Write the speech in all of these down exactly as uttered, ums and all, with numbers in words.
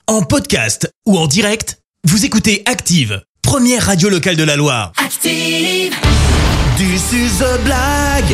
En podcast ou en direct, vous écoutez Active, première radio locale de la Loire. Active. This is a blague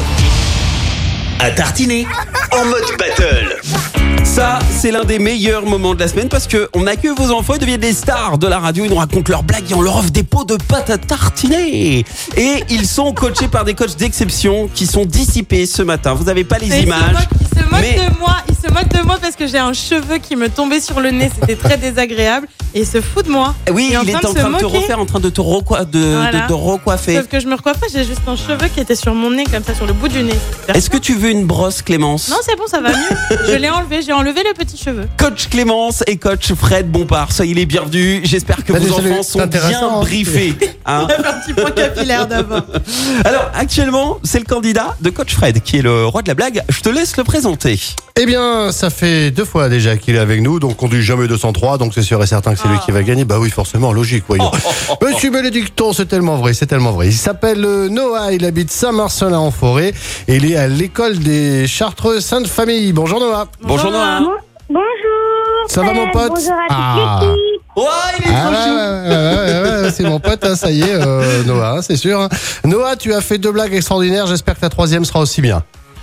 à tartiner en mode battle. Ça, c'est l'un des meilleurs moments de la semaine parce qu'on accueille vos enfants, ils deviennent des stars de la radio, ils nous racontent leurs blagues et on leur offre des pots de pâte à tartiner. Et ils sont coachés par des coachs d'exception qui sont dissipés ce matin. Vous n'avez pas les mais images. Il se moque, il se moque mais... de moi, il se moque de moi parce que j'ai un cheveu qui me tombait sur le nez, c'était très désagréable et il se fout de moi. Oui, il, il est en train de, de te refaire, en train de te, recoi- de, voilà. de te recoiffer. Sauf que je me recoiffais, j'ai juste un cheveu qui était sur mon nez comme ça, sur le bout du nez. Est-ce que tu veux une brosse, Clémence? Non, c'est bon, ça va mieux. Je l'ai enlevé, j'ai enlevé le petit cheveu. Coach Clémence et coach Fred Bompard, soyez les bienvenus. J'espère que Salut, vos salut. enfants sont bien Intéressant, hein. briefés. Hein. On va faire un petit point capillaire d'abord. Alors, actuellement, c'est le candidat de coach Fred qui est le roi de la blague. Je te laisse le présenter. Eh bien, ça fait deux fois déjà qu'il est avec nous, donc on dit jamais deux cent trois, donc c'est sûr et certain que c'est lui qui va gagner. Bah oui, forcément, logique, voyons. Oh, oh, oh, Monsieur Bénédicton, c'est tellement vrai, c'est tellement vrai. Il s'appelle euh, Noah, il habite Saint-Marcelin-en-Forêt et il est à l'école des Chartreux Sainte-Famille. Bonjour Noah. Bonjour Noah. Bonjour. Ça va mon pote? Bonjour à toute Ah. l'équipe. Oh, il est Ah trop ouais, chou. ouais, ouais, ouais, ouais, c'est mon pote, hein, ça y est, euh, Noah, hein, c'est sûr. Noah, tu as fait deux blagues extraordinaires, j'espère que ta troisième sera aussi bien.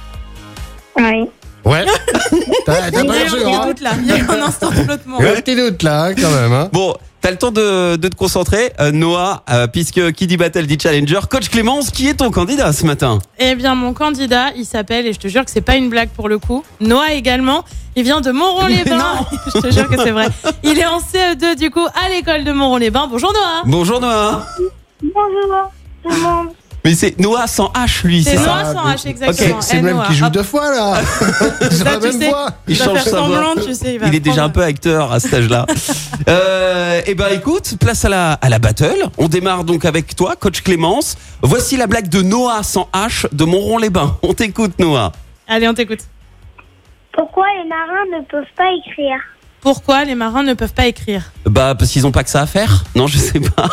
Oui. Ouais. T'as, t'as Il y pas a eu l'air un sûr, petit hein? doute là, il y a eu un instant de flottement. Ouais, petit doute là, hein, quand même. Hein. Bon, t'as le temps de, de te concentrer, euh, Noah, euh, puisque qui dit battle dit challenger. Coach Clémence, qui est ton candidat ce matin? Eh bien, mon candidat, il s'appelle, et je te jure que c'est pas une blague pour le coup, Noah également. Il vient de Montron-les-Bains. Je te jure que c'est vrai. Il est en C E deux du coup à l'école de Montron-les-Bains. Bonjour Noah. Bonjour Noah. Bonjour tout le monde. Mais c'est Noah sans H, lui, c'est, C'est ça? Noah sans H, exactement. C'est Eh, le même Noah. qui joue Hop. deux fois là. Sur Ça, la tu même sais. voix. Il Il va change faire sa voix. semblant, tu sais. Il, va Il est déjà un prendre- peu acteur à cet âge-là. euh, eh ben écoute, place à la, à la battle. On démarre donc avec toi, coach Clémence. Voici la blague de Noah sans H de Montron-les-Bains. On t'écoute, Noah. Allez, on t'écoute. Pourquoi les marins ne peuvent pas écrire? Pourquoi les marins ne peuvent pas écrire? Bah parce qu'ils ont pas que ça à faire. Non, je sais pas.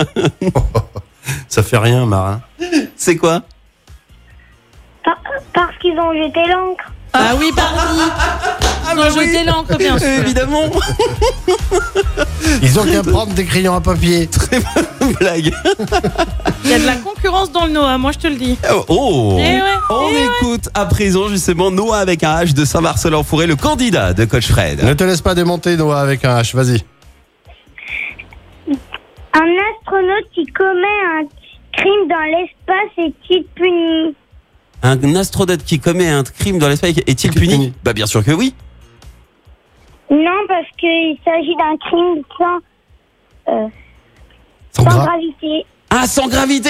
Ça fait rien, marin. C'est quoi? Par- Parce qu'ils ont jeté l'encre. Ah oui, pardon. Ils ont jeté l'encre, bien sûr. Évidemment. Ils ont qu'à prendre des crayons à papier. Très bonne blague. Il y a de la concurrence dans le Noah, moi je te le dis. Oh, oh. Eh ouais, On eh ouais. écoute à présent justement Noah avec un H de Saint-Marcelin-en-Forêt, le candidat de coach Fred. Ne te laisse pas démonter, Noah, avec un H. Vas-y. Un astronaute qui commet un crime dans l'espace est-il puni? Un astronaute qui commet un crime dans l'espace est-il puni? puni Bah bien sûr que oui. Non, parce qu'il s'agit d'un crime sans, euh, Sans sans gras. gravité. Ah, sans gravité.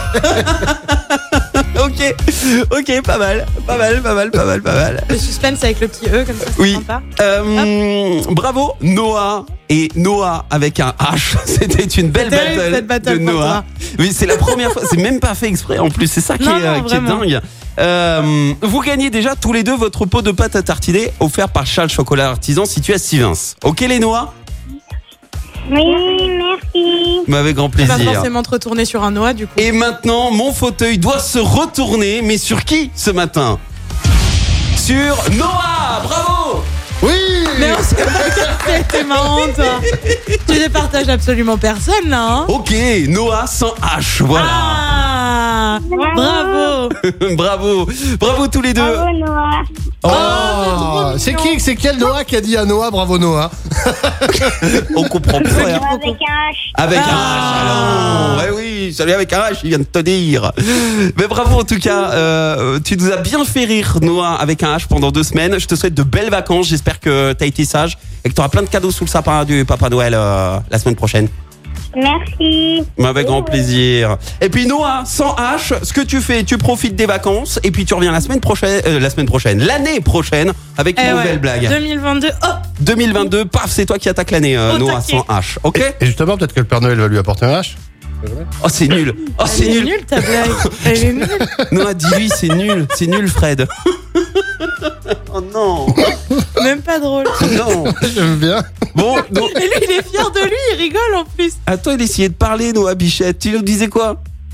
Ok, ok, pas mal, pas mal, pas mal, pas mal, pas mal. Le suspense avec le petit E, comme ça, c'est Oui. sympa. Euh, bravo Noah et Noah avec un H. C'était une belle C'était battle, cette battle de pour Noah. Oui, c'est la première fois. C'est même pas fait exprès en plus. C'est ça qui, Non, est, non, euh, qui est vraiment. dingue. Euh, vous gagnez déjà tous les deux votre pot de pâte à tartiner offert par Charles Chocolat Artisan situé à Sivins. Ok les Noah? Oui, merci. Mais avec grand On va plaisir. forcément te retourner sur un Noah, du coup. Et maintenant, mon fauteuil doit se retourner, mais sur qui ce matin? Sur Noah. Bravo. Oui. Mais on sait pas que t'es marrant, toi. Tu départages absolument personne, là, hein. Ok, Noah sans H, voilà. Ah, bravo. Bravo, bravo tous les deux. Bravo Noah. Oh, trop c'est mignon. qui, c'est quel Noah qui a dit à Noah, bravo Noah? On comprend plus rien. Avec un H. Avec Ah. un H, allons. Ouais, oui, salut avec un H, il vient de te dire. Mais bravo en tout cas, euh, tu nous as bien fait rire, Noah, avec un H pendant deux semaines. Je te souhaite de belles vacances. J'espère que t'as été sage et que t'auras plein de cadeaux sous le sapin du Papa Noël euh, la semaine prochaine. Merci. Mais avec grand plaisir. Et puis Noah, sans H, ce que tu fais, tu profites des vacances et puis tu reviens la semaine prochaine, euh, la semaine prochaine, l'année prochaine avec une Eh nouvelle ouais. blague. deux mille vingt-deux, hop. deux mille vingt-deux, paf, c'est toi qui attaques l'année, euh, Au Noah, taquet. sans H. Ok? Et justement, peut-être que le Père Noël va lui apporter un H. Oh, c'est nul. Oh, c'est Elle est nul. nulle, ta blague. Elle est nulle. Noah, dis-lui, c'est nul. C'est nul, Fred. Oh non. Même pas drôle. Non. J'aime bien. Bon, donc, Et lui, il est fier de lui, il rigole en plus. à toi d'essayer de parler, Noah Bichette. Tu nous disais quoi?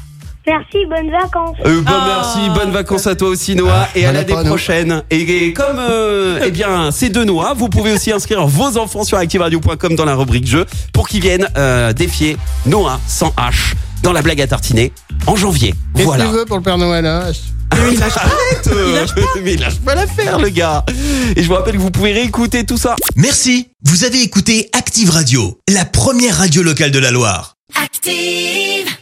Merci, bonnes vacances. Euh, bah, Oh. Merci, bonnes vacances à toi aussi Noah et à Bonne l'année année à nous. prochaine. Et, et comme euh, eh bien c'est de Noah, vous pouvez aussi inscrire vos enfants sur active radio point com dans la rubrique jeu pour qu'ils viennent euh, défier Noah sans H dans la blague à tartiner en janvier. Qu'est-ce Voilà. que tu veux pour le Père Noël, hein? Arrête, euh, mais il lâche pas l'affaire le gars. Et je vous rappelle que vous pouvez réécouter tout ça. Merci. Vous avez écouté Active Radio, la première radio locale de la Loire. Active.